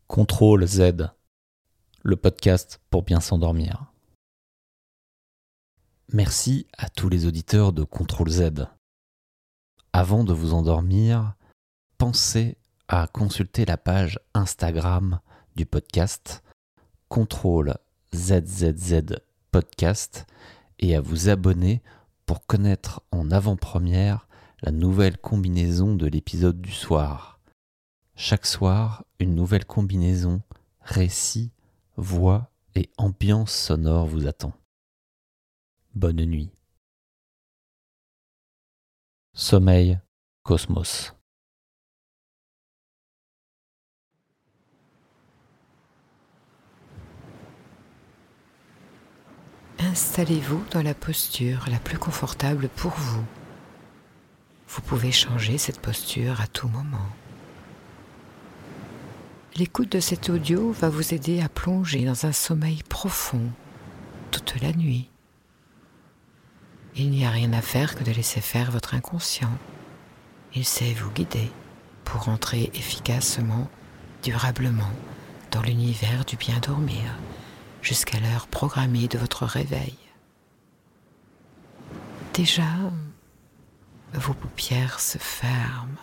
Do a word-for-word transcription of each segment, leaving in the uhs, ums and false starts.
contrôle Z, le podcast pour bien s'endormir. Merci à tous les auditeurs de contrôle Z. Avant de vous endormir, pensez à consulter la page Instagram du podcast contrôle Z Z Z podcast et à vous abonner pour connaître en avant-première la nouvelle combinaison de l'épisode du soir. Chaque soir, une nouvelle combinaison, récit, voix et ambiance sonore vous attend. Bonne nuit. Sommeil, Cosmos. Installez-vous dans la posture la plus confortable pour vous. Vous pouvez changer cette posture à tout moment. L'écoute de cet audio va vous aider à plonger dans un sommeil profond toute la nuit. Il n'y a rien à faire que de laisser faire votre inconscient. Il sait vous guider pour entrer efficacement, durablement dans l'univers du bien dormir jusqu'à l'heure programmée de votre réveil. Déjà, vos paupières se ferment.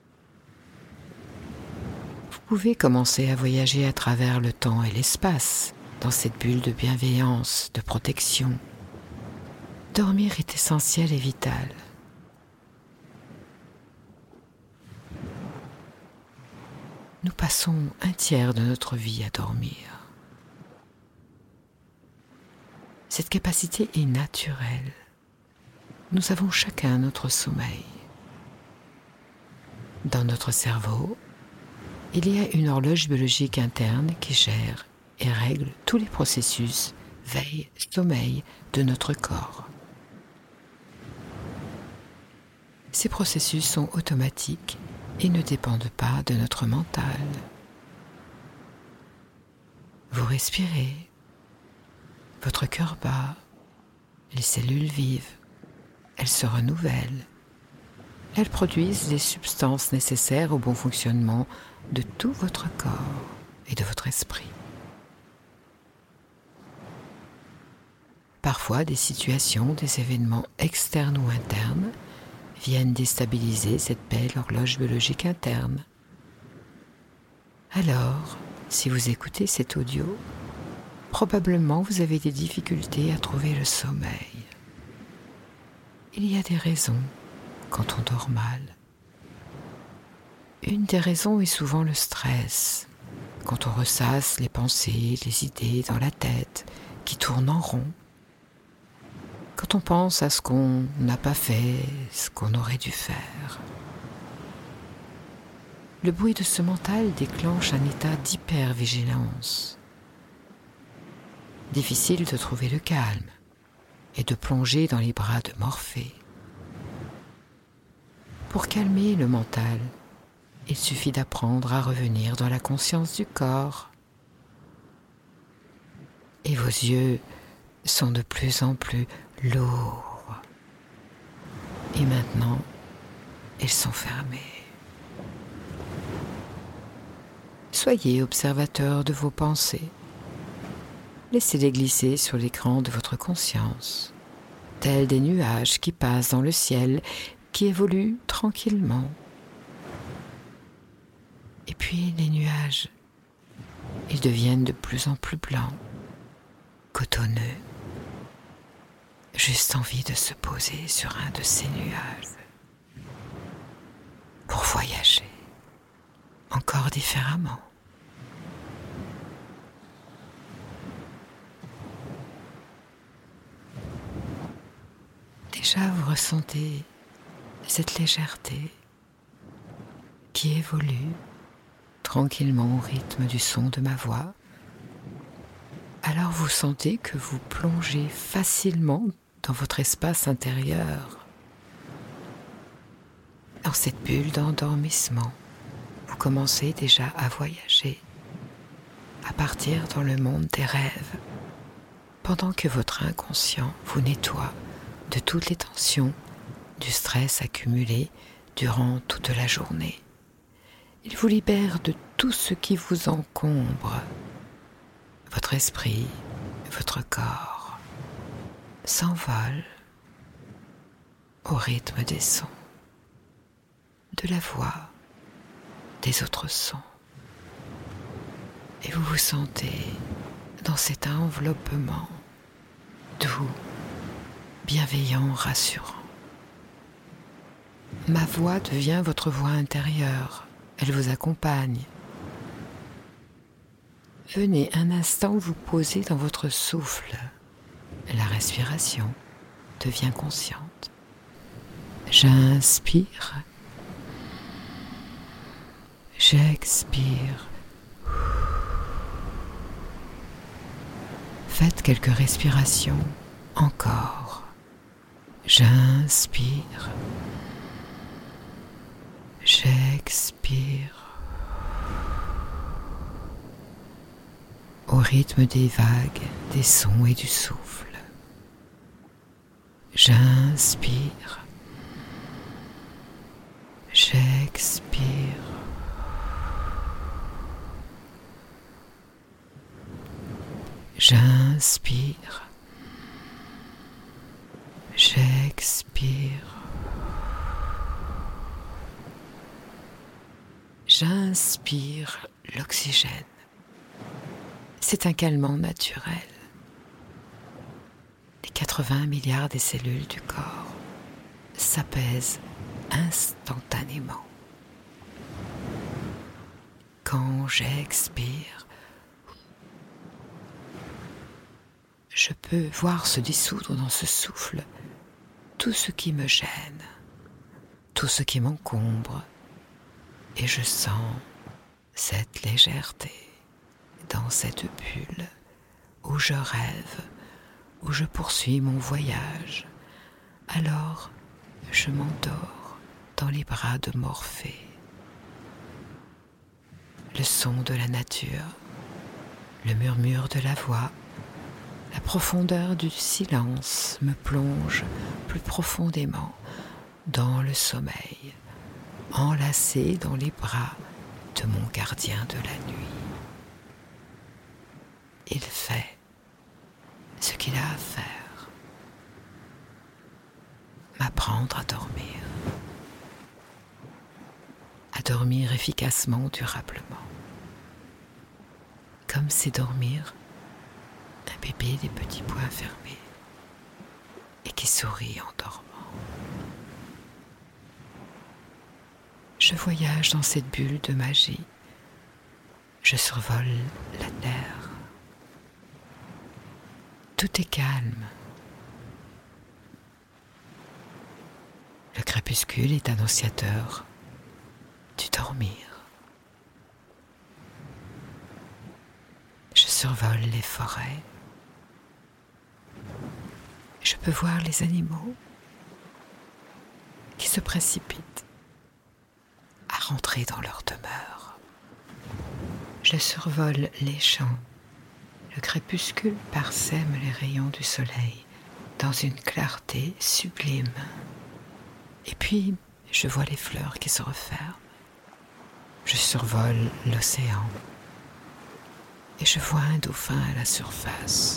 Vous pouvez commencer à voyager à travers le temps et l'espace dans cette bulle de bienveillance, de protection. Dormir est essentiel et vital. Nous passons un tiers de notre vie à dormir. Cette capacité est naturelle. Nous avons chacun notre sommeil. Dans notre cerveau, il y a une horloge biologique interne qui gère et règle tous les processus veille-sommeil de notre corps. Ces processus sont automatiques et ne dépendent pas de notre mental. Vous respirez, votre cœur bat, les cellules vivent, elles se renouvellent, elles produisent les substances nécessaires au bon fonctionnement de tout votre corps et de votre esprit. Parfois, des situations, des événements externes ou internes viennent déstabiliser cette belle horloge biologique interne. Alors, si vous écoutez cet audio, probablement vous avez des difficultés à trouver le sommeil. Il y a des raisons quand on dort mal. Une des raisons est souvent le stress, quand on ressasse les pensées, les idées dans la tête qui tournent en rond. Quand on pense à ce qu'on n'a pas fait, ce qu'on aurait dû faire. Le bruit de ce mental déclenche un état d'hypervigilance. Difficile de trouver le calme et de plonger dans les bras de Morphée. Pour calmer le mental, il suffit d'apprendre à revenir dans la conscience du corps. Et vos yeux sont de plus en plus lourds. Et maintenant, ils sont fermés. Soyez observateur de vos pensées. Laissez-les glisser sur l'écran de votre conscience, tels des nuages qui passent dans le ciel, qui évoluent tranquillement. Et puis les nuages, ils deviennent de plus en plus blancs, cotonneux. Juste envie de se poser sur un de ces nuages pour voyager encore différemment. Déjà, vous ressentez cette légèreté qui évolue tranquillement au rythme du son de ma voix. Alors vous sentez que vous plongez facilement dans votre espace intérieur. Dans cette bulle d'endormissement, vous commencez déjà à voyager, à partir dans le monde des rêves, pendant que votre inconscient vous nettoie de toutes les tensions, du stress accumulé durant toute la journée Il vous libère de tout ce qui vous encombre. Votre esprit, votre corps s'envole au rythme des sons, de la voix, des autres sons. Et vous vous sentez dans cet enveloppement doux, bienveillant, rassurant. Ma voix devient votre voix intérieure. Elle vous accompagne. Venez un instant vous poser dans votre souffle. La respiration devient consciente. J'inspire. J'expire. Faites quelques respirations encore. J'inspire. J'expire. Au rythme des vagues, des sons et du souffle. J'inspire. J'expire. J'inspire. J'expire. J'inspire l'oxygène. C'est un calmant naturel. Les quatre-vingts milliards des cellules du corps s'apaisent instantanément. Quand j'expire, je peux voir se dissoudre dans ce souffle tout ce qui me gêne, tout ce qui m'encombre, et je sens cette légèreté dans cette bulle où je rêve, où je poursuis mon voyage. Alors, je m'endors dans les bras de Morphée. Le son de la nature, le murmure de la voix, la profondeur du silence me plonge plus profondément dans le sommeil, enlacé dans les bras de mon gardien de la nuit. Il fait ce qu'il a à faire, m'apprendre à dormir, à dormir efficacement, durablement, comme c'est dormir un bébé des petits poings fermés et qui sourit en dormant. Je voyage dans cette bulle de magie. Je survole la terre. Tout est calme. Le crépuscule est annonciateur du dormir. Je survole les forêts. Je peux voir les animaux qui se précipitent à rentrer dans leur demeure. Je survole les champs. Le crépuscule parsème les rayons du soleil dans une clarté sublime. Et puis, je vois les fleurs qui se referment. Je survole l'océan. Et je vois un dauphin à la surface.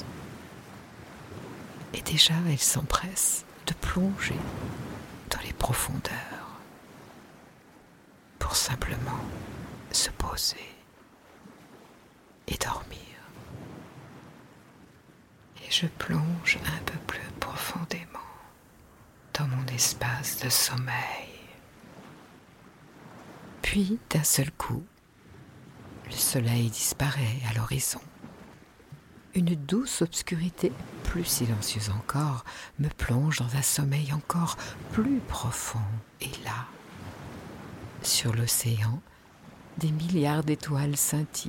Et déjà, il s'empresse de plonger dans les profondeurs pour simplement se poser et dormir. Et je plonge un peu plus profondément dans mon espace de sommeil. Puis, d'un seul coup, le soleil disparaît à l'horizon. Une douce obscurité, plus silencieuse encore, me plonge dans un sommeil encore plus profond. Et là, sur l'océan, des milliards d'étoiles scintillent.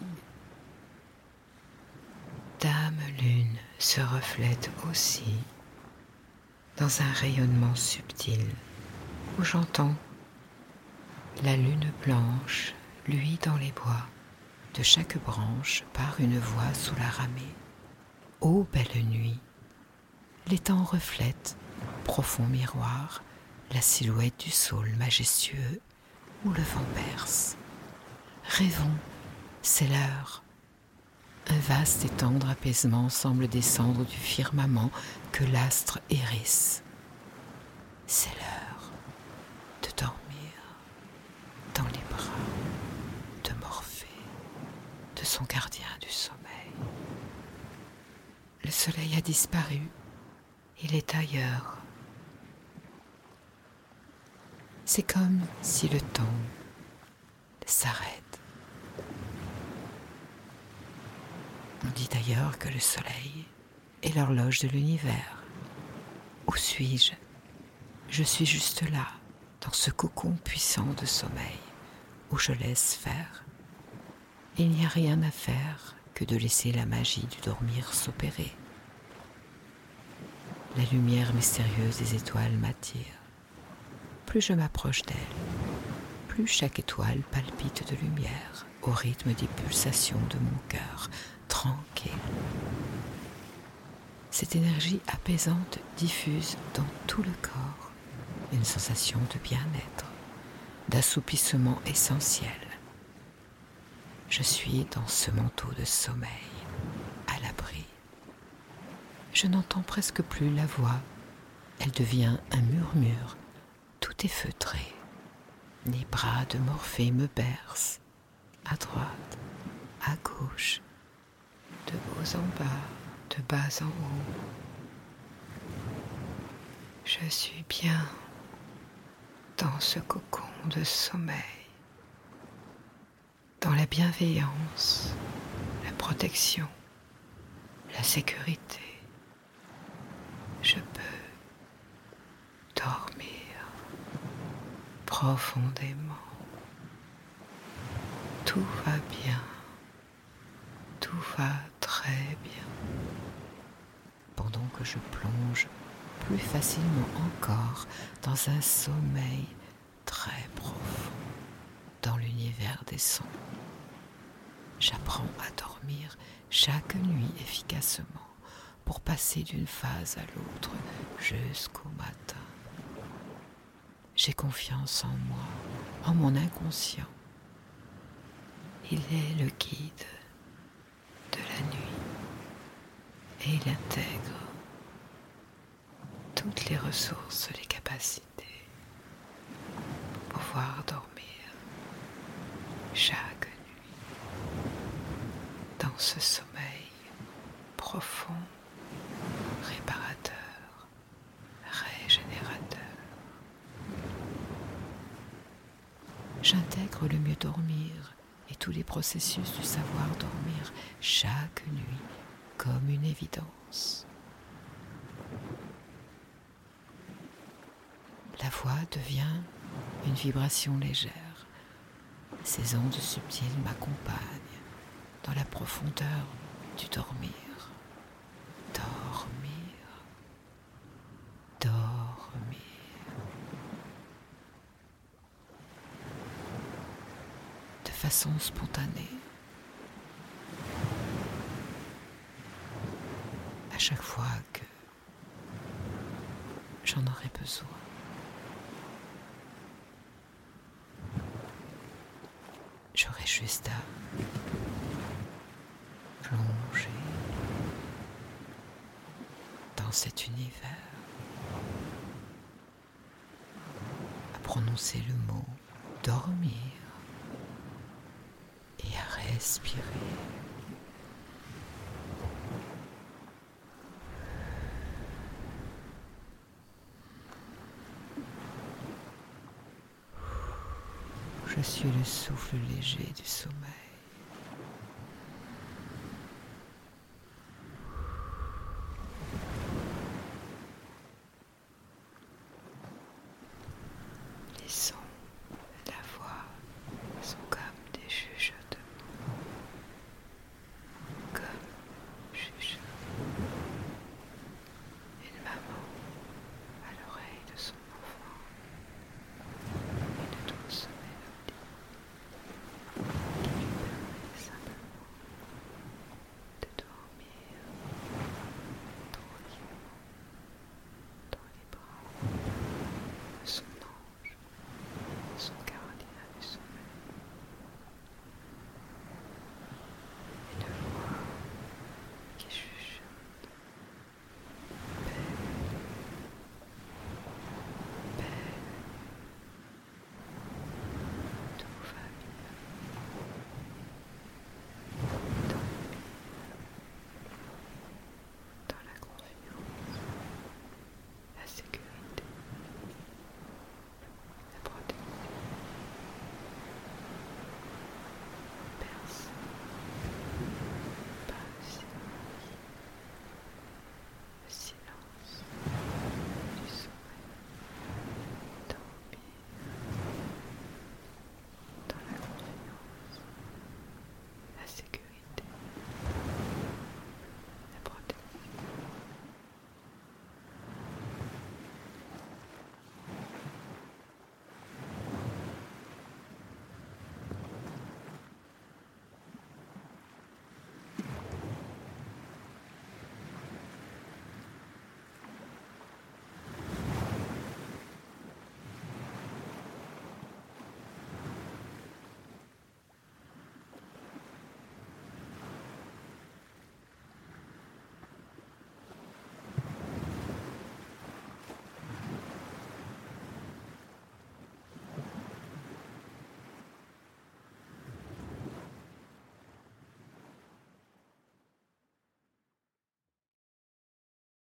Dame Lune se reflète aussi dans un rayonnement subtil où j'entends la lune blanche, lui dans les bois, de chaque branche part une voix sous la ramée. Ô belle nuit, l'étang reflète, profond miroir, la silhouette du saule majestueux où le vent berce. Rêvons, c'est l'heure. Un vaste et tendre apaisement semble descendre du firmament que l'astre hérisse. C'est l'heure de dormir dans les bras de Morphée, de son gardien du sommeil. Le soleil a disparu, il est ailleurs. C'est comme si le temps s'arrête. On dit d'ailleurs que le soleil est l'horloge de l'univers. Où suis-je ? Je suis juste là, dans ce cocon puissant de sommeil, où je laisse faire. Il n'y a rien à faire que de laisser la magie du dormir s'opérer. La lumière mystérieuse des étoiles m'attire. Plus je m'approche d'elle, plus chaque étoile palpite de lumière au rythme des pulsations de mon cœur tranquille. Cette énergie apaisante diffuse dans tout le corps une sensation de bien-être, d'assoupissement essentiel. Je suis dans ce manteau de sommeil, à l'abri. Je n'entends presque plus la voix. Elle devient un murmure. Tout est feutré. Les bras de Morphée me bercent, à droite, à gauche, de haut en bas, de bas en haut. Je suis bien dans ce cocon de sommeil, dans la bienveillance, la protection, la sécurité. Je peux dormir profondément. Tout va bien, tout va très bien. Pendant que je plonge plus facilement encore dans un sommeil très profond dans l'univers des sons. J'apprends à dormir chaque nuit efficacement pour passer d'une phase à l'autre jusqu'au matin. J'ai confiance en moi, en mon inconscient. Il est le guide de la nuit et il intègre toutes les ressources, les capacités pour pouvoir dormir chaque nuit dans ce sommeil profond, réparateur, régénérateur. J'intègre le mieux dormir et tous les processus du savoir dormir chaque nuit comme une évidence. La voix devient une vibration légère. Ces ondes subtiles m'accompagnent dans la profondeur du dormir. Dormir. Dormir. De façon spontanée. À chaque fois que j'en aurai besoin. J'aurai juste à plonger dans cet univers, à prononcer le mot dormir et à respirer. Je suis le souffle léger du sommeil. Les sons